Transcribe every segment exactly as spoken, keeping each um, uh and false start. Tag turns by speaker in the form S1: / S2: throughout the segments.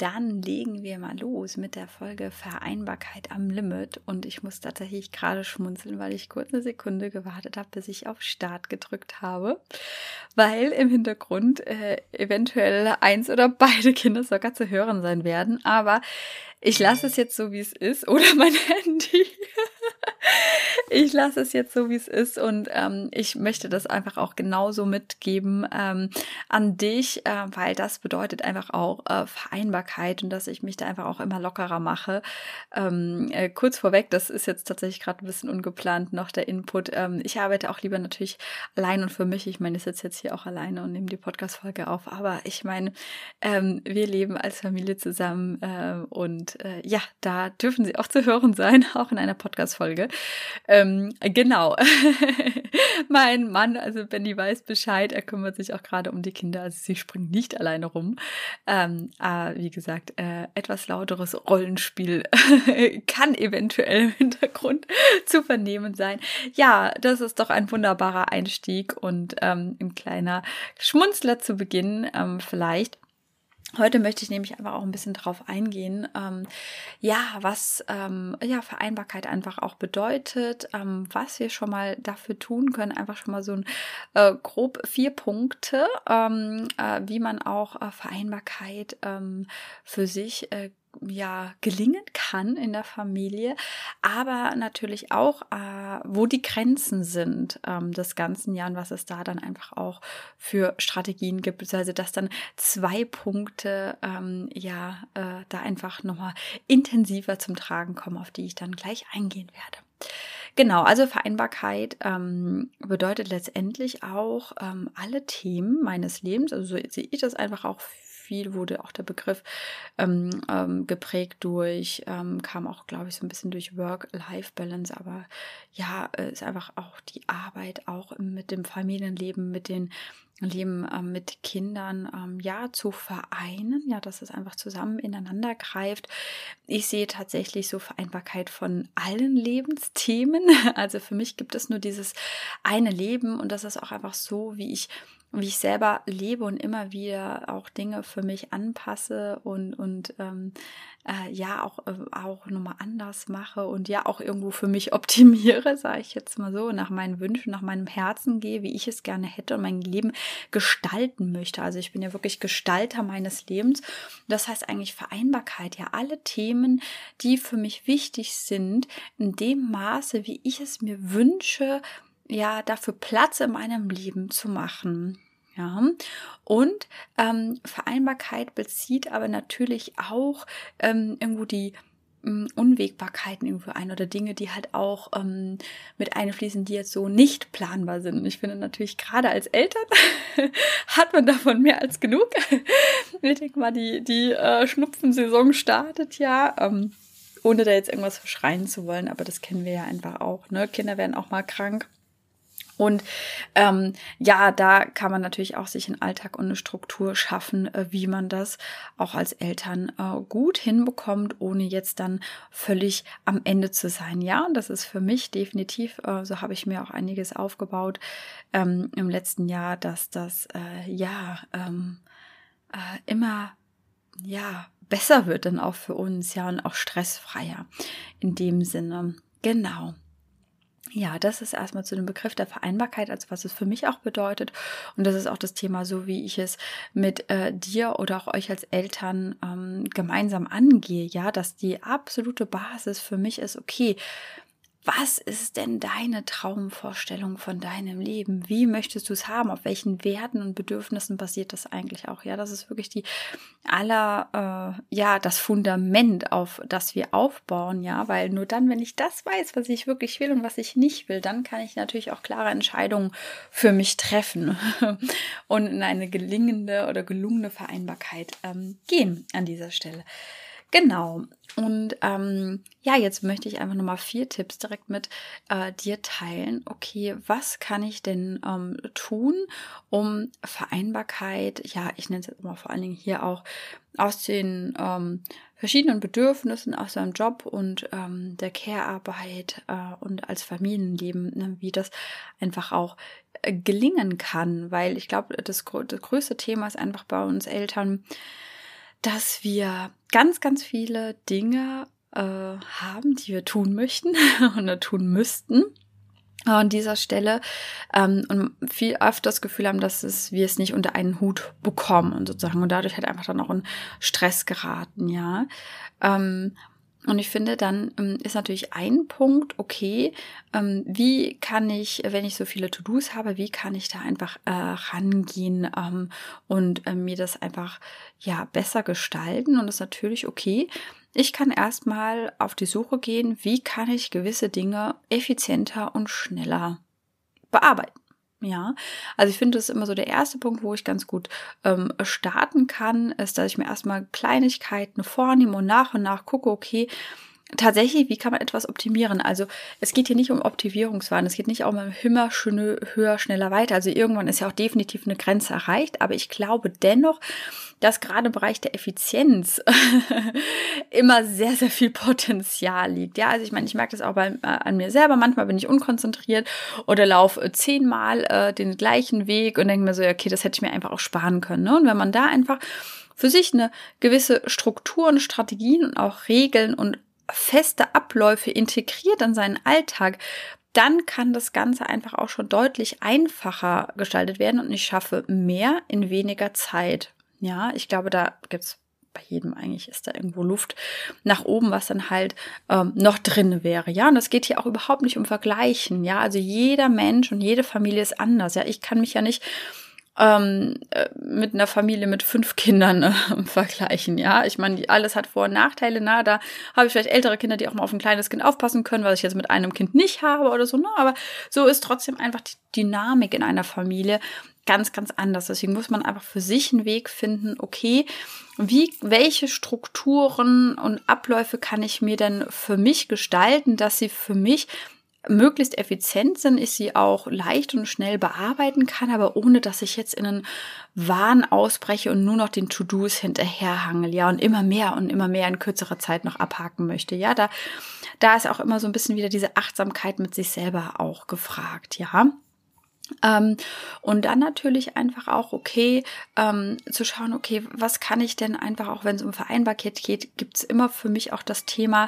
S1: dann legen wir mal los mit der Folge Vereinbarkeit am Limit. Und ich muss tatsächlich gerade schmunzeln, weil ich kurz eine Sekunde gewartet habe, bis ich auf Start gedrückt habe, weil im Hintergrund äh, eventuell eins oder beide Kinder sogar zu hören sein werden. Aber ich lasse es jetzt so, wie es ist. Oder mein Handy. Ich lasse es jetzt so, wie es ist, und ähm, ich möchte das einfach auch genauso mitgeben ähm, an dich, äh, weil das bedeutet einfach auch äh, Vereinbarkeit und dass ich mich da einfach auch immer lockerer mache. Ähm, äh, kurz vorweg, das ist jetzt tatsächlich gerade ein bisschen ungeplant noch der Input. Ähm, ich arbeite auch lieber natürlich allein und für mich. Ich meine, ich sitze jetzt hier auch alleine und nehme die Podcast-Folge auf, aber ich meine, ähm, wir leben als Familie zusammen äh, und äh, ja, da dürfen sie auch zu hören sein, auch in einer Podcast-Folge. Ähm, genau. Mein Mann, also Benny, weiß Bescheid. Er kümmert sich auch gerade um die Kinder. Also sie springen nicht alleine rum. Ähm, aber wie gesagt, äh, etwas lauteres Rollenspiel kann eventuell im Hintergrund zu vernehmen sein. Ja, das ist doch ein wunderbarer Einstieg und ähm, ein kleiner Schmunzler zu Beginn ähm, vielleicht. Heute möchte ich nämlich einfach auch ein bisschen drauf eingehen, ähm, ja, was ähm, ja, Vereinbarkeit einfach auch bedeutet, ähm, was wir schon mal dafür tun können, einfach schon mal so ein äh, grob vier Punkte, ähm, äh, wie man auch äh, Vereinbarkeit ähm, für sich äh, ja gelingen kann in der Familie, aber natürlich auch, äh, wo die Grenzen sind ähm, des ganzen Jahr und was es da dann einfach auch für Strategien gibt, beziehungsweise dass dann zwei Punkte ähm, ja äh, da einfach nochmal intensiver zum Tragen kommen, auf die ich dann gleich eingehen werde. Genau, also Vereinbarkeit ähm, bedeutet letztendlich auch ähm, alle Themen meines Lebens, also so sehe ich das einfach auch. Viel wurde auch der Begriff ähm, ähm, geprägt durch, ähm, kam auch, glaube ich, so ein bisschen durch Work-Life-Balance, aber ja, äh, ist einfach auch die Arbeit, auch mit dem Familienleben, mit den Leben ähm, mit Kindern, ähm, ja, zu vereinen, ja, dass es einfach zusammen ineinander greift. Ich sehe tatsächlich so Vereinbarkeit von allen Lebensthemen. Also für mich gibt es nur dieses eine Leben und das ist auch einfach so, wie ich wie ich selber lebe und immer wieder auch Dinge für mich anpasse und, und ähm, äh, ja auch, äh, auch nochmal anders mache und ja auch irgendwo für mich optimiere, sage ich jetzt mal so, nach meinen Wünschen, nach meinem Herzen gehe, wie ich es gerne hätte und mein Leben gestalten möchte. Also ich bin ja wirklich Gestalter meines Lebens. Das heißt eigentlich Vereinbarkeit, ja alle Themen, die für mich wichtig sind, in dem Maße, wie ich es mir wünsche, ja, dafür Platz in meinem Leben zu machen. Ja, und ähm, Vereinbarkeit bezieht aber natürlich auch ähm, irgendwo die ähm, Unwägbarkeiten irgendwo ein oder Dinge, die halt auch ähm, mit einfließen, die jetzt so nicht planbar sind. Ich finde natürlich gerade als Eltern hat man davon mehr als genug. Ich denke mal, die, die äh, Schnupfensaison startet ja. Ähm, ohne da jetzt irgendwas verschreien zu wollen, aber das kennen wir ja einfach auch. Ne? Kinder werden auch mal krank. Und ähm, ja, da kann man natürlich auch sich einen Alltag und eine Struktur schaffen, äh, wie man das auch als Eltern äh, gut hinbekommt, ohne jetzt dann völlig am Ende zu sein. Ja, und das ist für mich definitiv, äh, so habe ich mir auch einiges aufgebaut ähm, im letzten Jahr, dass das äh, ja ähm, äh, immer ja besser wird dann auch für uns, ja, und auch stressfreier in dem Sinne. Genau. Ja, das ist erstmal zu dem Begriff der Vereinbarkeit, also was es für mich auch bedeutet. Und das ist auch das Thema, so wie ich es mit äh, dir oder auch euch als Eltern ähm, gemeinsam angehe. Ja, dass die absolute Basis für mich ist, okay, was ist denn deine Traumvorstellung von deinem Leben? Wie möchtest du es haben? Auf welchen Werten und Bedürfnissen basiert das eigentlich auch? Ja, das ist wirklich die aller, äh, ja, das Fundament, auf das wir aufbauen, ja, weil nur dann, wenn ich das weiß, was ich wirklich will und was ich nicht will, dann kann ich natürlich auch klare Entscheidungen für mich treffen und in eine gelingende oder gelungene Vereinbarkeit ähm, gehen an dieser Stelle. Genau. Und ähm, ja, jetzt möchte ich einfach nochmal vier Tipps direkt mit äh, dir teilen. Okay, was kann ich denn ähm, tun, um Vereinbarkeit, ja, ich nenne es jetzt mal vor allen Dingen hier auch aus den ähm, verschiedenen Bedürfnissen aus seinem Job und ähm, der Care-Arbeit äh, und als Familienleben, ne, wie das einfach auch äh, gelingen kann. Weil ich glaube, das, das größte Thema ist einfach bei uns Eltern, dass wir ganz, ganz viele Dinge äh, haben, die wir tun möchten oder tun müssten. An dieser Stelle ähm, und viel öfter das Gefühl haben, dass es, wir es nicht unter einen Hut bekommen und sozusagen und dadurch halt einfach dann auch in Stress geraten, ja. Ähm, und ich finde, dann ähm, ist natürlich ein Punkt, okay, ähm, wie kann ich, wenn ich so viele To-Dos habe, wie kann ich da einfach äh, rangehen ähm, und äh, mir das einfach ja besser gestalten? Und das ist natürlich okay. Ich kann erstmal auf die Suche gehen, wie kann ich gewisse Dinge effizienter und schneller bearbeiten. Ja, also ich finde, das ist immer so der erste Punkt, wo ich ganz gut ähm, starten kann, ist, dass ich mir erstmal Kleinigkeiten vornehme und nach und nach gucke, okay, tatsächlich, wie kann man etwas optimieren? Also es geht hier nicht um Optimierungswahn, es geht nicht auch um immer schöner, höher, schneller, weiter. Also irgendwann ist ja auch definitiv eine Grenze erreicht, aber ich glaube dennoch, dass gerade im Bereich der Effizienz immer sehr, sehr viel Potenzial liegt. Ja, also ich meine, ich merke das auch bei, äh, an mir selber. Manchmal bin ich unkonzentriert oder laufe zehnmal äh, den gleichen Weg und denke mir so, okay, das hätte ich mir einfach auch sparen können. Ne? Und wenn man da einfach für sich eine gewisse Struktur und Strategien und auch Regeln und feste Abläufe integriert in seinen Alltag, dann kann das Ganze einfach auch schon deutlich einfacher gestaltet werden und ich schaffe mehr in weniger Zeit. Ja, ich glaube, da gibt's bei jedem eigentlich ist da irgendwo Luft nach oben, was dann halt ähm, noch drin wäre. Ja, und es geht hier auch überhaupt nicht um Vergleichen. Ja, also jeder Mensch und jede Familie ist anders. Ja, ich kann mich ja nicht ähm, mit einer Familie mit fünf Kindern äh, vergleichen, ja. Ich meine, alles hat Vor- und Nachteile, na, da habe ich vielleicht ältere Kinder, die auch mal auf ein kleines Kind aufpassen können, was ich jetzt mit einem Kind nicht habe oder so, ne, aber so ist trotzdem einfach die Dynamik in einer Familie ganz, ganz anders. Deswegen muss man einfach für sich einen Weg finden, okay, wie, welche Strukturen und Abläufe kann ich mir denn für mich gestalten, dass sie für mich möglichst effizient sind, ich sie auch leicht und schnell bearbeiten kann, aber ohne, dass ich jetzt in einen Wahn ausbreche und nur noch den To-Dos hinterherhangel, ja, und immer mehr und immer mehr in kürzerer Zeit noch abhaken möchte, ja, da, da ist auch immer so ein bisschen wieder diese Achtsamkeit mit sich selber auch gefragt, ja. Ähm, und dann natürlich einfach auch, okay, ähm, zu schauen, okay, was kann ich denn einfach, auch wenn es um Vereinbarkeit geht, gibt's immer für mich auch das Thema,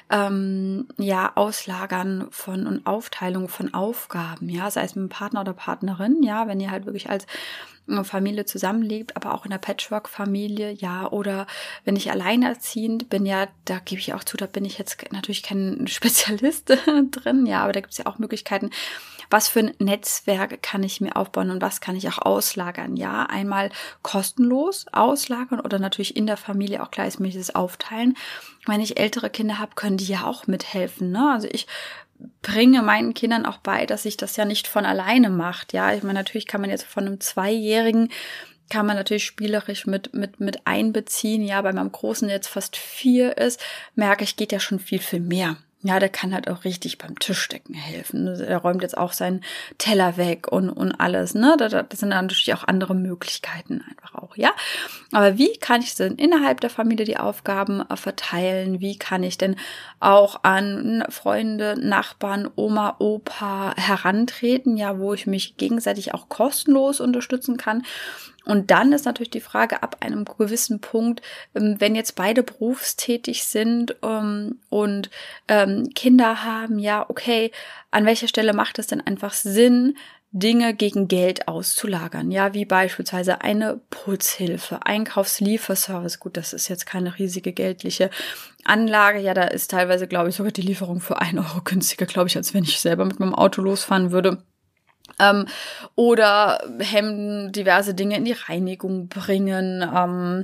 S1: ähm, ja, Auslagern von und Aufteilung von Aufgaben, ja, sei es mit einem Partner oder Partnerin, ja, wenn ihr halt wirklich als Familie zusammenlebt, aber auch in der Patchwork-Familie, ja, oder wenn ich alleinerziehend bin, ja, da gebe ich auch zu, da bin ich jetzt natürlich kein Spezialist drin, ja, aber da gibt's ja auch Möglichkeiten, was für ein Netzwerk kann ich mir aufbauen und was kann ich auch auslagern? Ja, einmal kostenlos auslagern oder natürlich in der Familie auch gleichmäßiges aufteilen. Wenn ich ältere Kinder habe, können die ja auch mithelfen, ne? Also ich bringe meinen Kindern auch bei, dass sich das ja nicht von alleine macht. Ja, ich meine, natürlich kann man jetzt von einem Zweijährigen kann man natürlich spielerisch mit, mit, mit einbeziehen. Ja, bei meinem Großen, der jetzt fast vier ist, merke ich, geht ja schon viel, viel mehr. Ja, der kann halt auch richtig beim Tischdecken helfen. Er räumt jetzt auch seinen Teller weg und, und alles, ne? Da, das sind dann natürlich auch andere Möglichkeiten einfach auch, ja? Aber wie kann ich denn innerhalb der Familie die Aufgaben verteilen? Wie kann ich denn auch an Freunde, Nachbarn, Oma, Opa herantreten? Ja, wo ich mich gegenseitig auch kostenlos unterstützen kann. Und dann ist natürlich die Frage ab einem gewissen Punkt, wenn jetzt beide berufstätig sind ähm, und ähm, Kinder haben, ja, okay, an welcher Stelle macht es denn einfach Sinn, Dinge gegen Geld auszulagern? Ja, wie beispielsweise eine Putzhilfe, Einkaufslieferservice. Gut, das ist jetzt keine riesige geldliche Anlage. Ja, da ist teilweise, glaube ich, sogar die Lieferung für ein Euro günstiger, glaube ich, als wenn ich selber mit meinem Auto losfahren würde. Ähm, oder Hemden, diverse Dinge in die Reinigung bringen, ähm,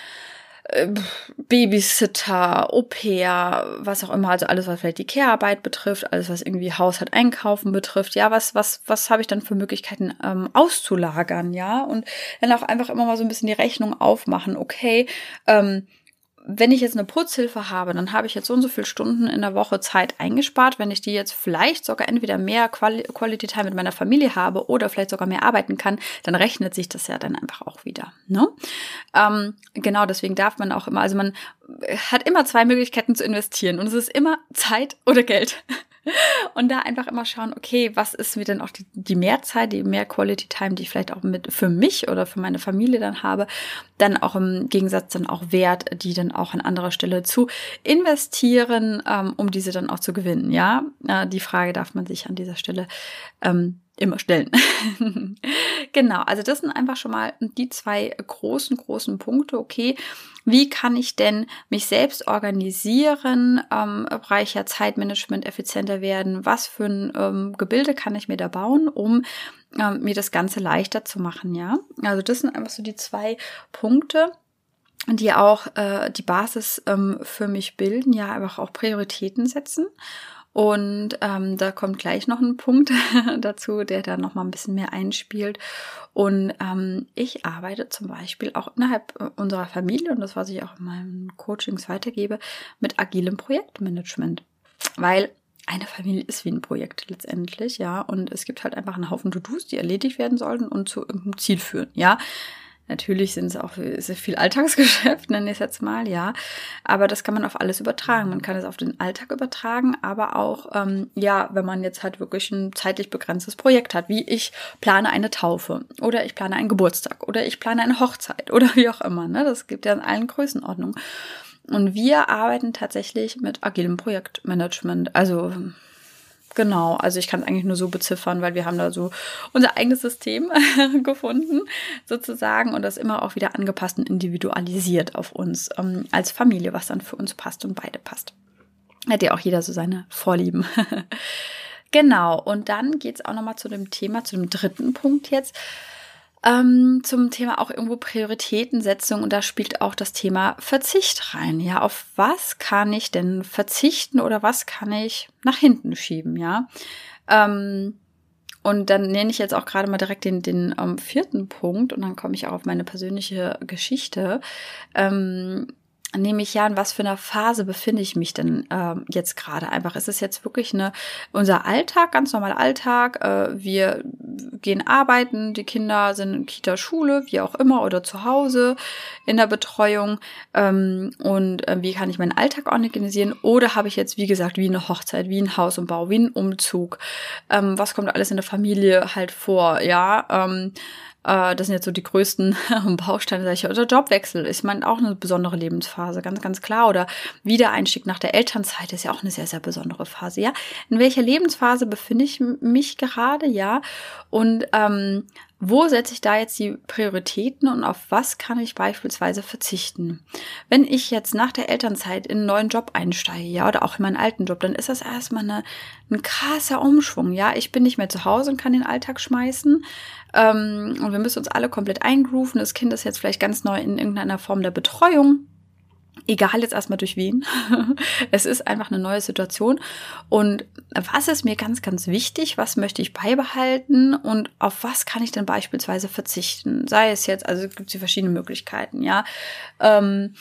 S1: äh, Babysitter, Au-pair, was auch immer, also alles, was vielleicht die Care-Arbeit betrifft, alles, was irgendwie Haushalt, Einkaufen betrifft, ja, was, was, was habe ich dann für Möglichkeiten ähm, auszulagern, ja, und dann auch einfach immer mal so ein bisschen die Rechnung aufmachen, okay, ähm, wenn ich jetzt eine Putzhilfe habe, dann habe ich jetzt so und so viele Stunden in der Woche Zeit eingespart. Wenn ich die jetzt vielleicht sogar entweder mehr Quali- Quality Time mit meiner Familie habe oder vielleicht sogar mehr arbeiten kann, dann rechnet sich das ja dann einfach auch wieder. Ne? Ähm, genau, deswegen darf man auch immer, also man hat immer zwei Möglichkeiten zu investieren und es ist immer Zeit oder Geld. Und da einfach immer schauen, okay, was ist mir denn auch die, die Mehrzeit, die mehr Quality Time, die ich vielleicht auch mit für mich oder für meine Familie dann habe, dann auch im Gegensatz dann auch wert, die dann auch an anderer Stelle zu investieren, ähm, um diese dann auch zu gewinnen, ja. Äh, die Frage darf man sich an dieser Stelle ähm, immer stellen. Genau, also das sind einfach schon mal die zwei großen, großen Punkte. Okay, wie kann ich denn mich selbst organisieren, ähm, reicher Zeitmanagement, effizienter werden? Was für ein ähm, Gebilde kann ich mir da bauen, um ähm, mir das Ganze leichter zu machen, ja? Also das sind einfach so die zwei Punkte, die auch äh, die Basis ähm, für mich bilden, ja, einfach auch Prioritäten setzen. Und ähm, da kommt gleich noch ein Punkt dazu, der da noch mal ein bisschen mehr einspielt. Und ähm, ich arbeite zum Beispiel auch innerhalb unserer Familie, und das, was ich auch in meinen Coachings weitergebe, mit agilem Projektmanagement. Weil eine Familie ist wie ein Projekt letztendlich, ja. Und es gibt halt einfach einen Haufen To-Dos, die erledigt werden sollten und zu irgendeinem Ziel führen, ja. Natürlich sind es auch ist viel Alltagsgeschäft, nenne ich es jetzt mal, ja. Aber das kann man auf alles übertragen. Man kann es auf den Alltag übertragen, aber auch, ähm, ja, wenn man jetzt halt wirklich ein zeitlich begrenztes Projekt hat, wie ich plane eine Taufe oder ich plane einen Geburtstag oder ich plane eine Hochzeit oder wie auch immer, ne. Das gibt ja in allen Größenordnungen. Und wir arbeiten tatsächlich mit agilem Projektmanagement. Also genau, also ich kann es eigentlich nur so beziffern, weil wir haben da so unser eigenes System gefunden, sozusagen, und das immer auch wieder angepasst und individualisiert auf uns ähm, als Familie, was dann für uns passt und beide passt. Hat ja auch jeder so seine Vorlieben. Genau, und dann geht es auch nochmal zu dem Thema, zu dem dritten Punkt jetzt, Ähm, zum Thema auch irgendwo Prioritätensetzung, und da spielt auch das Thema Verzicht rein. Ja, auf was kann ich denn verzichten oder was kann ich nach hinten schieben, ja? Ähm, und dann nenne ich jetzt auch gerade mal direkt den, den ähm, vierten Punkt, und dann komme ich auch auf meine persönliche Geschichte. Ähm, Nehme ich ja, in was für einer Phase befinde ich mich denn äh, jetzt gerade einfach? Ist es jetzt wirklich eine, unser Alltag, ganz normaler Alltag? Äh, wir gehen arbeiten, die Kinder sind in Kita, Schule, wie auch immer, oder zu Hause in der Betreuung. Ähm, und äh, wie kann ich meinen Alltag organisieren? Oder habe ich jetzt, wie gesagt, wie eine Hochzeit, wie ein Hausumbau, wie ein Umzug? Ähm, was kommt alles in der Familie halt vor? Ja, ähm, das sind jetzt so die größten Bausteine, sag ich, oder Jobwechsel ist man auch eine besondere Lebensphase, ganz, ganz klar. Oder Wiedereinstieg nach der Elternzeit ist ja auch eine sehr, sehr besondere Phase, ja. In welcher Lebensphase befinde ich mich gerade, ja? Und ähm, wo setze ich da jetzt die Prioritäten und auf was kann ich beispielsweise verzichten? Wenn ich jetzt nach der Elternzeit in einen neuen Job einsteige, ja, oder auch in meinen alten Job, dann ist das erstmal eine, ein krasser Umschwung, ja. Ich bin nicht mehr zu Hause und kann den Alltag schmeißen. Ähm, und wir müssen uns alle komplett eingrooven. Das Kind ist jetzt vielleicht ganz neu in irgendeiner Form der Betreuung. Egal jetzt erstmal durch wen. Es ist einfach eine neue Situation. Und was ist mir ganz, ganz wichtig? Was möchte ich beibehalten? Und auf was kann ich denn beispielsweise verzichten? Sei es jetzt, also gibt es hier verschiedene Möglichkeiten, ja. Ähm,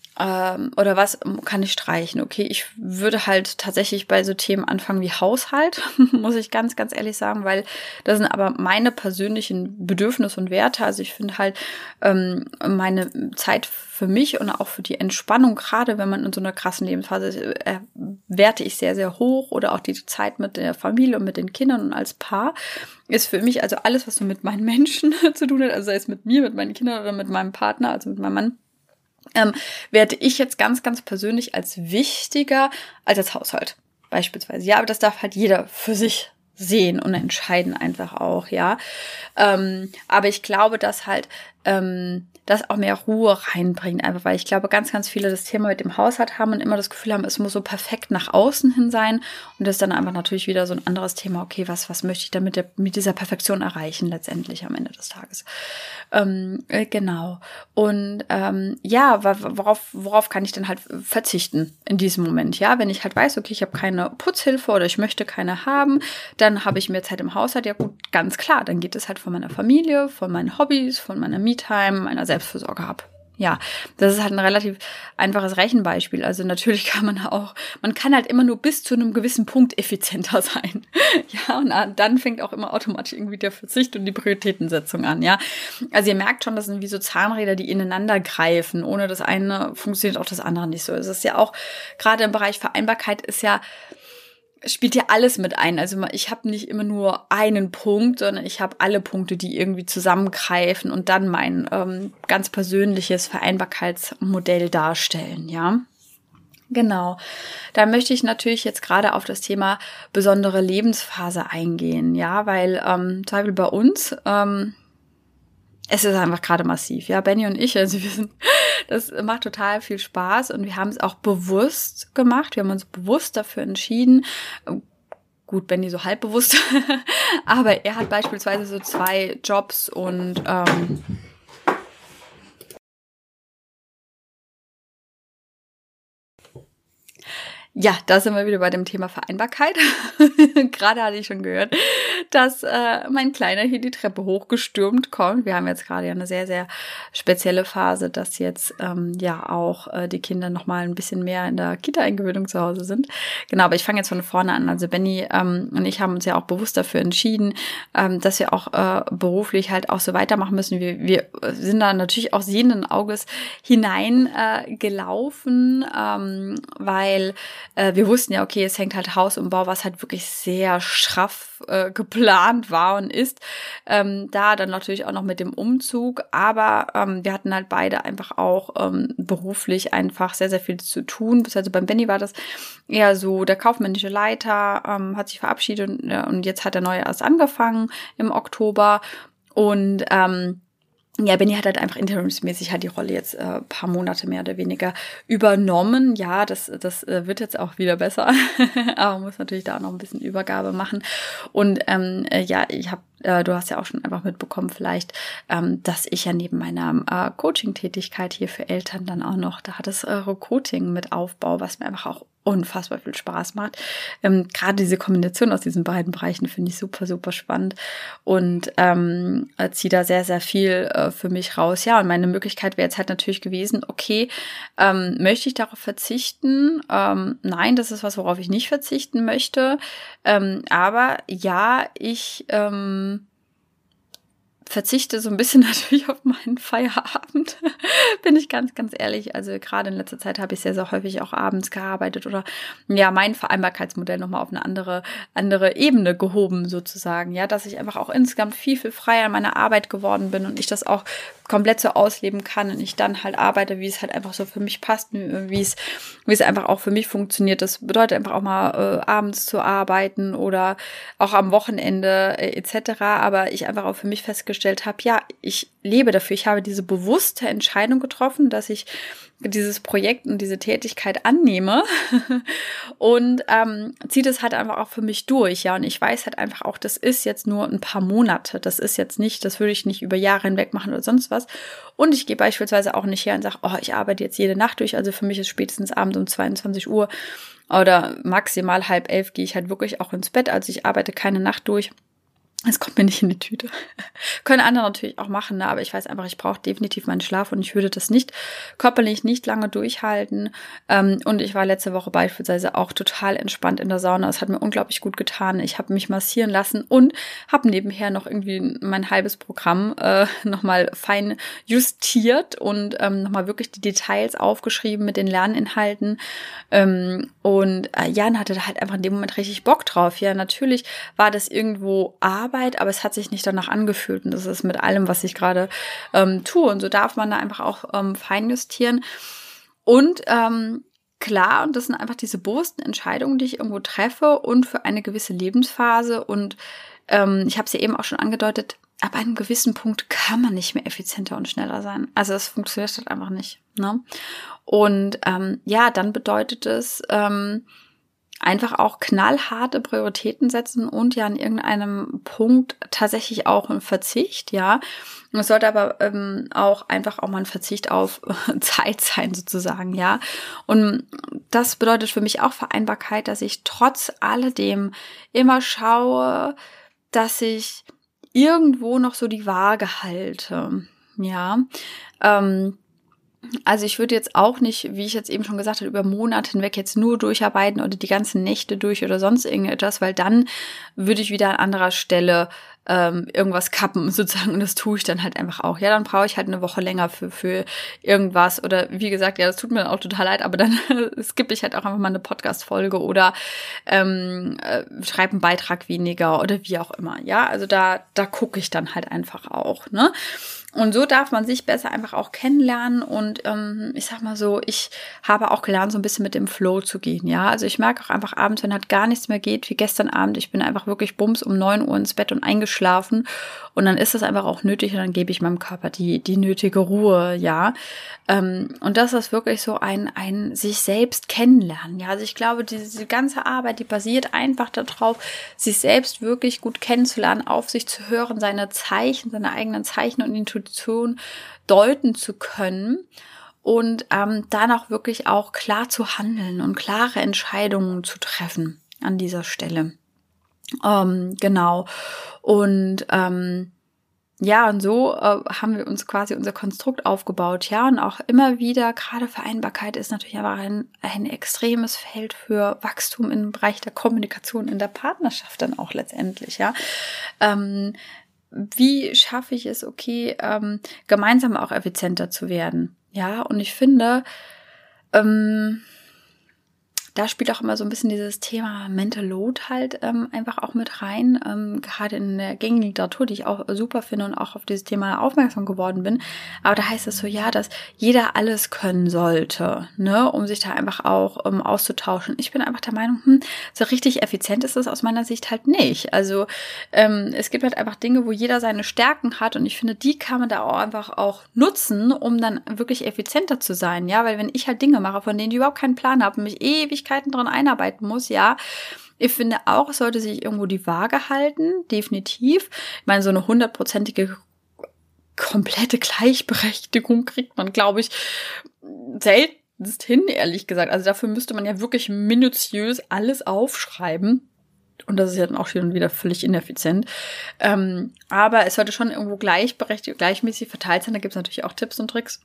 S1: ähm, oder was kann ich streichen? Okay, ich würde halt tatsächlich bei so Themen anfangen wie Haushalt, muss ich ganz, ganz ehrlich sagen, weil das sind aber meine persönlichen Bedürfnisse und Werte. Also ich finde halt ähm, meine Zeit für mich und auch für die Entspannung, gerade wenn man in so einer krassen Lebensphase ist, äh, werte ich sehr, sehr hoch, oder auch die Zeit mit der Familie und mit den Kindern und als Paar ist für mich also alles, was so mit meinen Menschen zu tun hat, also sei es mit mir, mit meinen Kindern oder mit meinem Partner, also mit meinem Mann, Ähm, werte ich jetzt ganz, ganz persönlich als wichtiger als das Haushalt beispielsweise. Ja, aber das darf halt jeder für sich sehen und entscheiden einfach auch, ja. Ähm, aber ich glaube, dass halt ähm, das auch mehr Ruhe reinbringt, einfach weil ich glaube, ganz, ganz viele das Thema mit dem Haushalt haben und immer das Gefühl haben, es muss so perfekt nach außen hin sein, und das ist dann einfach natürlich wieder so ein anderes Thema, okay, was, was möchte ich damit der, mit dieser Perfektion erreichen letztendlich am Ende des Tages. Ähm, äh, genau. Und ähm, ja, worauf, worauf kann ich denn halt verzichten in diesem Moment, ja, wenn ich halt weiß, okay, ich habe keine Putzhilfe oder ich möchte keine haben, dann habe ich mehr Zeit im Haushalt, ja gut, ganz klar, dann geht es halt von meiner Familie, von meinen Hobbys, von meiner Me-Time, meiner Selbstfürsorge ab. Ja, das ist halt ein relativ einfaches Rechenbeispiel. Also natürlich kann man auch, man kann halt immer nur bis zu einem gewissen Punkt effizienter sein. Ja, und dann fängt auch immer automatisch irgendwie der Verzicht und die Prioritätensetzung an, ja. Also ihr merkt schon, das sind wie so Zahnräder, die ineinander greifen. Ohne das eine funktioniert auch das andere nicht so. Es ist ja auch, gerade im Bereich Vereinbarkeit ist ja spielt ja alles mit ein. Also ich habe nicht immer nur einen Punkt, sondern ich habe alle Punkte, die irgendwie zusammengreifen und dann mein ähm, ganz persönliches Vereinbarkeitsmodell darstellen, ja. Genau. Da möchte ich natürlich jetzt gerade auf das Thema besondere Lebensphase eingehen, ja, weil ähm, zum Beispiel bei uns, ähm, es ist einfach gerade massiv, ja, Benny und ich, also wir sind, das macht total viel Spaß und wir haben es auch bewusst gemacht, wir haben uns bewusst dafür entschieden, gut, Benny so halbbewusst, aber er hat beispielsweise so zwei Jobs und ähm, ja, da sind wir wieder bei dem Thema Vereinbarkeit. Gerade hatte ich schon gehört, dass äh, mein Kleiner hier die Treppe hochgestürmt kommt. Wir haben jetzt gerade ja eine sehr, sehr spezielle Phase, dass jetzt ähm, ja auch äh, die Kinder nochmal ein bisschen mehr in der Kita-Eingewöhnung zu Hause sind. Genau, aber ich fange jetzt von vorne an. Also Benny ähm, und ich haben uns ja auch bewusst dafür entschieden, ähm, dass wir auch äh, beruflich halt auch so weitermachen müssen. Wir, wir sind da natürlich auch sehenden Auges hinein äh, gelaufen, ähm, weil wir wussten ja, okay, es hängt halt Hausumbau, was halt wirklich sehr schraff äh, geplant war und ist. Ähm, da dann natürlich auch noch mit dem Umzug, aber ähm, wir hatten halt beide einfach auch ähm, beruflich einfach sehr, sehr viel zu tun. Also beim Benny war das eher so, der kaufmännische Leiter ähm, hat sich verabschiedet und, ja, und jetzt hat der neue erst angefangen im Oktober und ähm, ja, Benny hat halt einfach interimsmäßig halt die Rolle jetzt äh, paar Monate mehr oder weniger übernommen. Ja, das das äh, wird jetzt auch wieder besser, aber man muss natürlich da auch noch ein bisschen Übergabe machen. Und ähm, äh, ja, ich habe, äh, du hast ja auch schon einfach mitbekommen vielleicht, ähm, dass ich ja neben meiner äh, Coaching-Tätigkeit hier für Eltern dann auch noch da das äh, Recruiting mit aufbaue, was mir einfach auch unfassbar viel Spaß macht. Ähm, gerade diese Kombination aus diesen beiden Bereichen finde ich super, super spannend und ähm, ziehe da sehr, sehr viel äh, für mich raus. Ja, und meine Möglichkeit wäre jetzt halt natürlich gewesen, okay, ähm, möchte ich darauf verzichten? Ähm, nein, das ist was, worauf ich nicht verzichten möchte. Ähm, aber ja, ich ähm, verzichte so ein bisschen natürlich auf meinen Feierabend, bin ich ganz, ganz ehrlich. Also gerade in letzter Zeit habe ich sehr, sehr häufig auch abends gearbeitet oder ja, mein Vereinbarkeitsmodell nochmal auf eine andere, andere Ebene gehoben sozusagen. Ja, dass ich einfach auch insgesamt viel, viel freier in meiner Arbeit geworden bin und ich das auch komplett so ausleben kann und ich dann halt arbeite, wie es halt einfach so für mich passt, wie es, wie es einfach auch für mich funktioniert. Das bedeutet einfach auch mal äh, abends zu arbeiten oder auch am Wochenende äh, et cetera. Aber ich einfach auch für mich festgestellt habe, ja, ich lebe dafür. Ich habe diese bewusste Entscheidung getroffen, dass ich dieses Projekt und diese Tätigkeit annehme und ähm, ziehe das halt einfach auch für mich durch, ja, und ich weiß halt einfach auch, das ist jetzt nur ein paar Monate, das ist jetzt nicht, das würde ich nicht über Jahre hinweg machen oder sonst was und ich gehe beispielsweise auch nicht her und sage, oh, ich arbeite jetzt jede Nacht durch, also für mich ist spätestens abends um zweiundzwanzig Uhr oder maximal halb elf gehe ich halt wirklich auch ins Bett, also ich arbeite keine Nacht durch. Es kommt mir nicht in die Tüte. Können andere natürlich auch machen, ne? Aber ich weiß einfach, ich brauche definitiv meinen Schlaf und ich würde das nicht körperlich nicht lange durchhalten. Ähm, und ich war letzte Woche beispielsweise auch total entspannt in der Sauna. Es hat mir unglaublich gut getan. Ich habe mich massieren lassen und habe nebenher noch irgendwie mein halbes Programm äh, nochmal fein justiert und ähm, nochmal wirklich die Details aufgeschrieben mit den Lerninhalten. Ähm, und äh, Jan hatte da halt einfach in dem Moment richtig Bock drauf. Ja, natürlich war das irgendwo Arbeit, aber es hat sich nicht danach angefühlt und das ist mit allem, was ich gerade ähm, tue und so darf man da einfach auch ähm, feinjustieren und ähm, klar, und das sind einfach diese bewussten Entscheidungen, die ich irgendwo treffe und für eine gewisse Lebensphase und ähm, ich habe es ja eben auch schon angedeutet, ab einem gewissen Punkt kann man nicht mehr effizienter und schneller sein. Also es funktioniert halt einfach nicht, ne? Und ähm, ja, dann bedeutet es ähm, einfach auch knallharte Prioritäten setzen und ja an irgendeinem Punkt tatsächlich auch ein Verzicht, ja. Und es sollte aber ähm, auch einfach auch mal ein Verzicht auf Zeit sein sozusagen, ja. Und das bedeutet für mich auch Vereinbarkeit, dass ich trotz alledem immer schaue, dass ich irgendwo noch so die Waage halte, ja. Ähm, Also ich würde jetzt auch nicht, wie ich jetzt eben schon gesagt habe, über Monate hinweg jetzt nur durcharbeiten oder die ganzen Nächte durch oder sonst irgendetwas, weil dann würde ich wieder an anderer Stelle ähm, irgendwas kappen sozusagen, und das tue ich dann halt einfach auch. Ja, dann brauche ich halt eine Woche länger für für irgendwas, oder wie gesagt, ja, das tut mir dann auch total leid, aber dann skippe ich halt auch einfach mal eine Podcast-Folge oder ähm, äh, schreibe einen Beitrag weniger oder wie auch immer. Ja, also da da gucke ich dann halt einfach auch, ne? Und so darf man sich besser einfach auch kennenlernen, und ähm, ich sag mal so, ich habe auch gelernt, so ein bisschen mit dem Flow zu gehen, ja. Also ich merke auch einfach abends, wenn halt gar nichts mehr geht, wie gestern Abend, ich bin einfach wirklich bums um neun Uhr ins Bett und eingeschlafen, und dann ist das einfach auch nötig, und dann gebe ich meinem Körper die die nötige Ruhe, ja. Ähm, und das ist wirklich so ein ein sich selbst kennenlernen, ja. Also ich glaube, diese, diese ganze Arbeit, die basiert einfach darauf, sich selbst wirklich gut kennenzulernen, auf sich zu hören, seine Zeichen, seine eigenen Zeichen und Intuition deuten zu können und ähm, dann auch wirklich auch klar zu handeln und klare Entscheidungen zu treffen an dieser Stelle. Ähm, genau. Und ähm, ja, und so äh, haben wir uns quasi unser Konstrukt aufgebaut, ja, und auch immer wieder, gerade Vereinbarkeit ist natürlich aber ein, ein extremes Feld für Wachstum im Bereich der Kommunikation in der Partnerschaft dann auch letztendlich, ja. Ähm, wie schaffe ich es, okay, ähm, gemeinsam auch effizienter zu werden, ja, und ich finde, ähm, da spielt auch immer so ein bisschen dieses Thema Mental Load halt ähm, einfach auch mit rein, ähm, gerade in der gängigen Literatur, die ich auch super finde und auch auf dieses Thema aufmerksam geworden bin. Aber da heißt es so, ja, dass jeder alles können sollte, ne, um sich da einfach auch ähm, auszutauschen. Ich bin einfach der Meinung, hm, so richtig effizient ist es aus meiner Sicht halt nicht. Also ähm, es gibt halt einfach Dinge, wo jeder seine Stärken hat, und ich finde, die kann man da auch einfach auch nutzen, um dann wirklich effizienter zu sein, ja, weil wenn ich halt Dinge mache, von denen ich überhaupt keinen Plan habe und mich ewig dran einarbeiten muss, ja. Ich finde auch, es sollte sich irgendwo die Waage halten, definitiv. Ich meine, so eine hundertprozentige komplette Gleichberechtigung kriegt man, glaube ich, seltenst hin, ehrlich gesagt. Also dafür müsste man ja wirklich minutiös alles aufschreiben. Und das ist ja dann auch schon wieder völlig ineffizient. Ähm, aber es sollte schon irgendwo gleichberechtigt, gleichmäßig verteilt sein. Da gibt es natürlich auch Tipps und Tricks.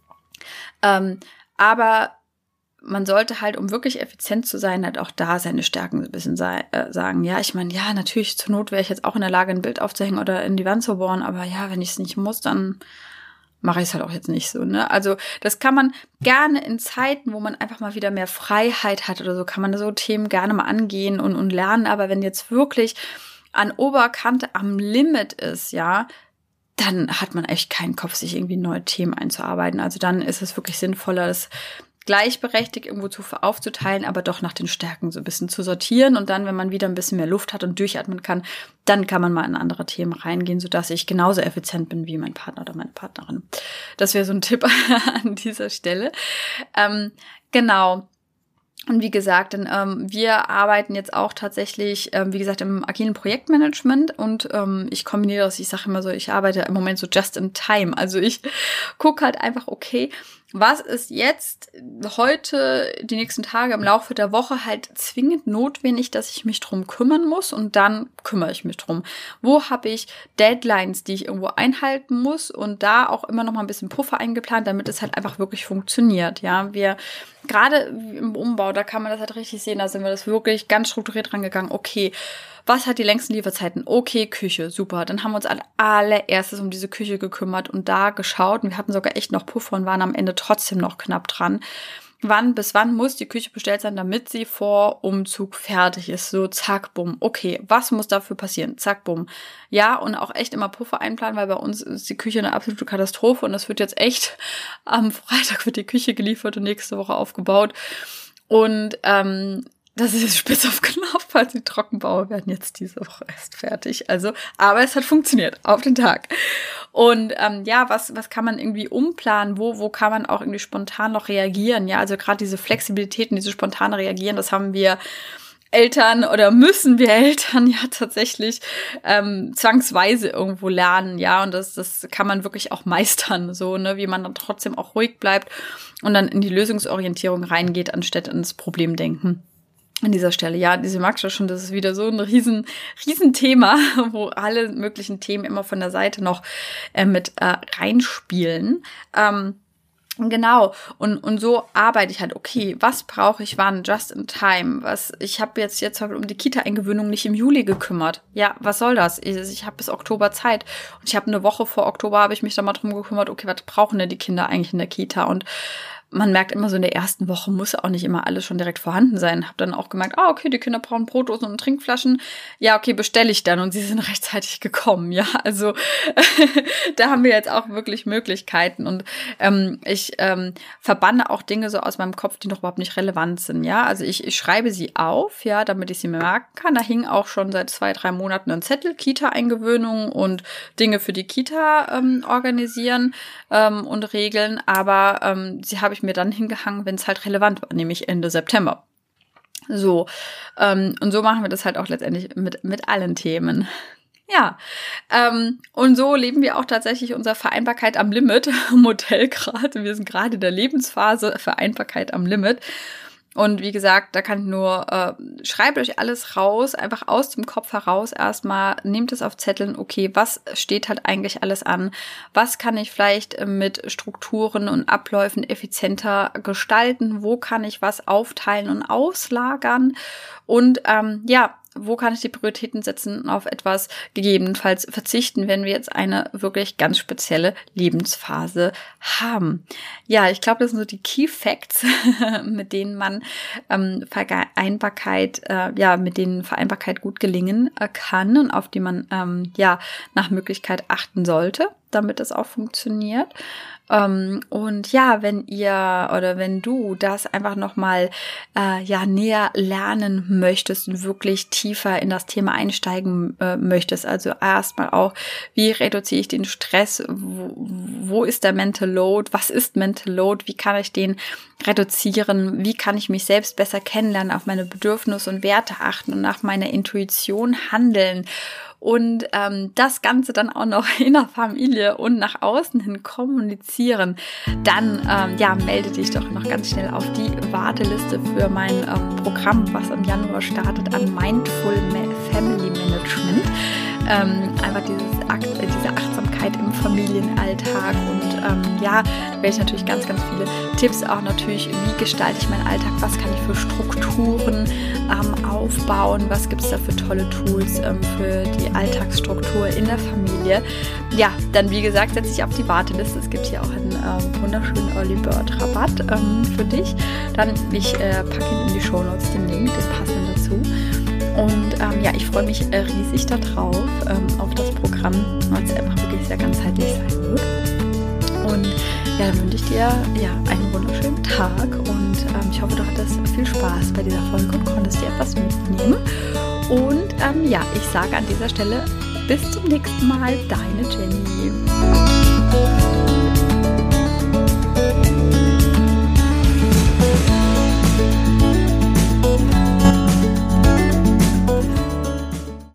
S1: Ähm, aber man sollte halt, um wirklich effizient zu sein, halt auch da seine Stärken ein bisschen sei, äh, sagen. Ja, ich meine, ja, natürlich, zur Not wäre ich jetzt auch in der Lage, ein Bild aufzuhängen oder in die Wand zu bohren, aber ja, wenn ich es nicht muss, dann mache ich es halt auch jetzt nicht so, ne? Also das kann man gerne in Zeiten, wo man einfach mal wieder mehr Freiheit hat oder so, kann man so Themen gerne mal angehen und, und lernen, aber wenn jetzt wirklich an Oberkante am Limit ist, ja, dann hat man echt keinen Kopf, sich irgendwie neue Themen einzuarbeiten. Also dann ist es wirklich sinnvoller, das gleichberechtigt irgendwo zu aufzuteilen, aber doch nach den Stärken so ein bisschen zu sortieren, und dann, wenn man wieder ein bisschen mehr Luft hat und durchatmen kann, dann kann man mal in andere Themen reingehen, sodass ich genauso effizient bin wie mein Partner oder meine Partnerin. Das wäre so ein Tipp an dieser Stelle. Ähm, genau. Und wie gesagt, denn, ähm, wir arbeiten jetzt auch tatsächlich, ähm, wie gesagt, im agilen Projektmanagement, und ähm, ich kombiniere das, ich sage immer so, ich arbeite im Moment so just in time. Also ich gucke halt einfach, okay, was ist jetzt heute, die nächsten Tage im Laufe der Woche halt zwingend notwendig, dass ich mich drum kümmern muss, und dann kümmere ich mich drum. Wo habe ich Deadlines, die ich irgendwo einhalten muss, und da auch immer noch mal ein bisschen Puffer eingeplant, damit es halt einfach wirklich funktioniert. Ja, wir gerade im Umbau, da kann man das halt richtig sehen, da sind wir das wirklich ganz strukturiert rangegangen. Okay, was hat die längsten Lieferzeiten? Okay, Küche, super. Dann haben wir uns als allererstes um diese Küche gekümmert und da geschaut. Und wir hatten sogar echt noch Puffer und waren am Ende trotzdem noch knapp dran. Wann bis wann muss die Küche bestellt sein, damit sie vor Umzug fertig ist? So, zack, bumm. Okay, was muss dafür passieren? Zack, bumm. Ja, und auch echt immer Puffer einplanen, weil bei uns ist die Küche eine absolute Katastrophe. Und das wird jetzt echt, am Freitag wird die Küche geliefert und nächste Woche aufgebaut. Und ähm, das ist jetzt spitz auf Knopf, weil die Trockenbauer werden jetzt diese Woche erst fertig. Also, aber es hat funktioniert, auf den Tag. Und ähm, ja, was was kann man irgendwie umplanen? Wo wo kann man auch irgendwie spontan noch reagieren? Ja, also gerade diese Flexibilität und diese spontane Reagieren, das haben wir Eltern oder müssen wir Eltern ja tatsächlich ähm, zwangsweise irgendwo lernen, ja, und das das kann man wirklich auch meistern, so, ne, wie man dann trotzdem auch ruhig bleibt und dann in die Lösungsorientierung reingeht, anstatt ins Problemdenken. An dieser Stelle, ja, diese magst du schon, das ist wieder so ein riesen, riesen Thema, wo alle möglichen Themen immer von der Seite noch äh, mit äh, reinspielen. Ähm, Genau, und und so arbeite ich halt, okay, was brauche ich wann, just in time, was, ich habe jetzt jetzt halt um die Kita-Eingewöhnung nicht im Juli gekümmert, ja, was soll das, ich, ich habe bis Oktober Zeit und ich habe eine Woche vor Oktober, habe ich mich da mal drum gekümmert, okay, was brauchen denn die Kinder eigentlich in der Kita, und man merkt immer so, in der ersten Woche muss auch nicht immer alles schon direkt vorhanden sein. Hab dann auch gemerkt, ah, okay, die Kinder brauchen Brotdosen und Trinkflaschen. Ja, okay, bestelle ich dann. Und sie sind rechtzeitig gekommen. Ja, also da haben wir jetzt auch wirklich Möglichkeiten. Und ähm, ich ähm, verbanne auch Dinge so aus meinem Kopf, die noch überhaupt nicht relevant sind. Ja, also ich, ich schreibe sie auf, ja, damit ich sie mir merken kann. Da hing auch schon seit zwei, drei Monaten ein Zettel, Kita-Eingewöhnung und Dinge für die Kita ähm, organisieren ähm, und regeln. Aber ähm, sie habe ich mir dann hingehangen, wenn es halt relevant war, nämlich Ende September. So, ähm, und so machen wir das halt auch letztendlich mit, mit allen Themen. Ja, ähm, und so leben wir auch tatsächlich unser Vereinbarkeit am Limit Modell gerade. Wir sind gerade in der Lebensphase Vereinbarkeit am Limit. Und wie gesagt, da kann ich nur, äh, schreibt euch alles raus, einfach aus dem Kopf heraus erstmal, nehmt es auf Zetteln, okay, was steht halt eigentlich alles an, was kann ich vielleicht mit Strukturen und Abläufen effizienter gestalten, wo kann ich was aufteilen und auslagern und ähm, ja, wo kann ich die Prioritäten setzen und auf etwas gegebenenfalls verzichten, wenn wir jetzt eine wirklich ganz spezielle Lebensphase haben. Ja, ich glaube, das sind so die Key Facts, mit denen man ähm, Vereinbarkeit, äh, ja, mit denen Vereinbarkeit gut gelingen äh, kann und auf die man ähm, ja nach Möglichkeit achten sollte, damit es auch funktioniert. Ähm, und ja, wenn ihr oder wenn du das einfach nochmal äh, ja näher lernen möchtest und wirklich tiefer in das Thema einsteigen äh, möchtest, also erstmal auch, wie reduziere ich den Stress, wo, wo ist der Mental Load, was ist Mental Load, wie kann ich den reduzieren, wie kann ich mich selbst besser kennenlernen, auf meine Bedürfnisse und Werte achten und nach meiner Intuition handeln. Und ähm, das Ganze dann auch noch in der Familie und nach außen hin kommunizieren, dann ähm, ja, melde dich doch noch ganz schnell auf die Warteliste für mein ähm, Programm, was im Januar startet, an Mindful Family Management. Ähm, einfach dieses Akt, äh, diese Achtsamkeit im Familienalltag und ähm, ja, da werde ich natürlich ganz, ganz viele Tipps auch natürlich, wie gestalte ich meinen Alltag, was kann ich für Strukturen ähm, aufbauen, was gibt es da für tolle Tools ähm, für die Alltagsstruktur in der Familie. Ja, dann wie gesagt, setze ich auf die Warteliste. Es gibt hier auch einen ähm, wunderschönen Early Bird Rabatt ähm, für dich. Dann, ich äh, packe ihn in die Shownotes, den Link, den passenden dazu. Und ähm, ja, ich freue mich äh, riesig darauf, ähm, auf das Programm, weil es einfach wirklich sehr ganzheitlich sein wird. Und ja, dann wünsche ich dir ja einen wunderschönen Tag und ähm, ich hoffe, du hattest viel Spaß bei dieser Folge und konntest dir etwas mitnehmen. Und ähm, ja, ich sage an dieser Stelle bis zum nächsten Mal, deine Jenny.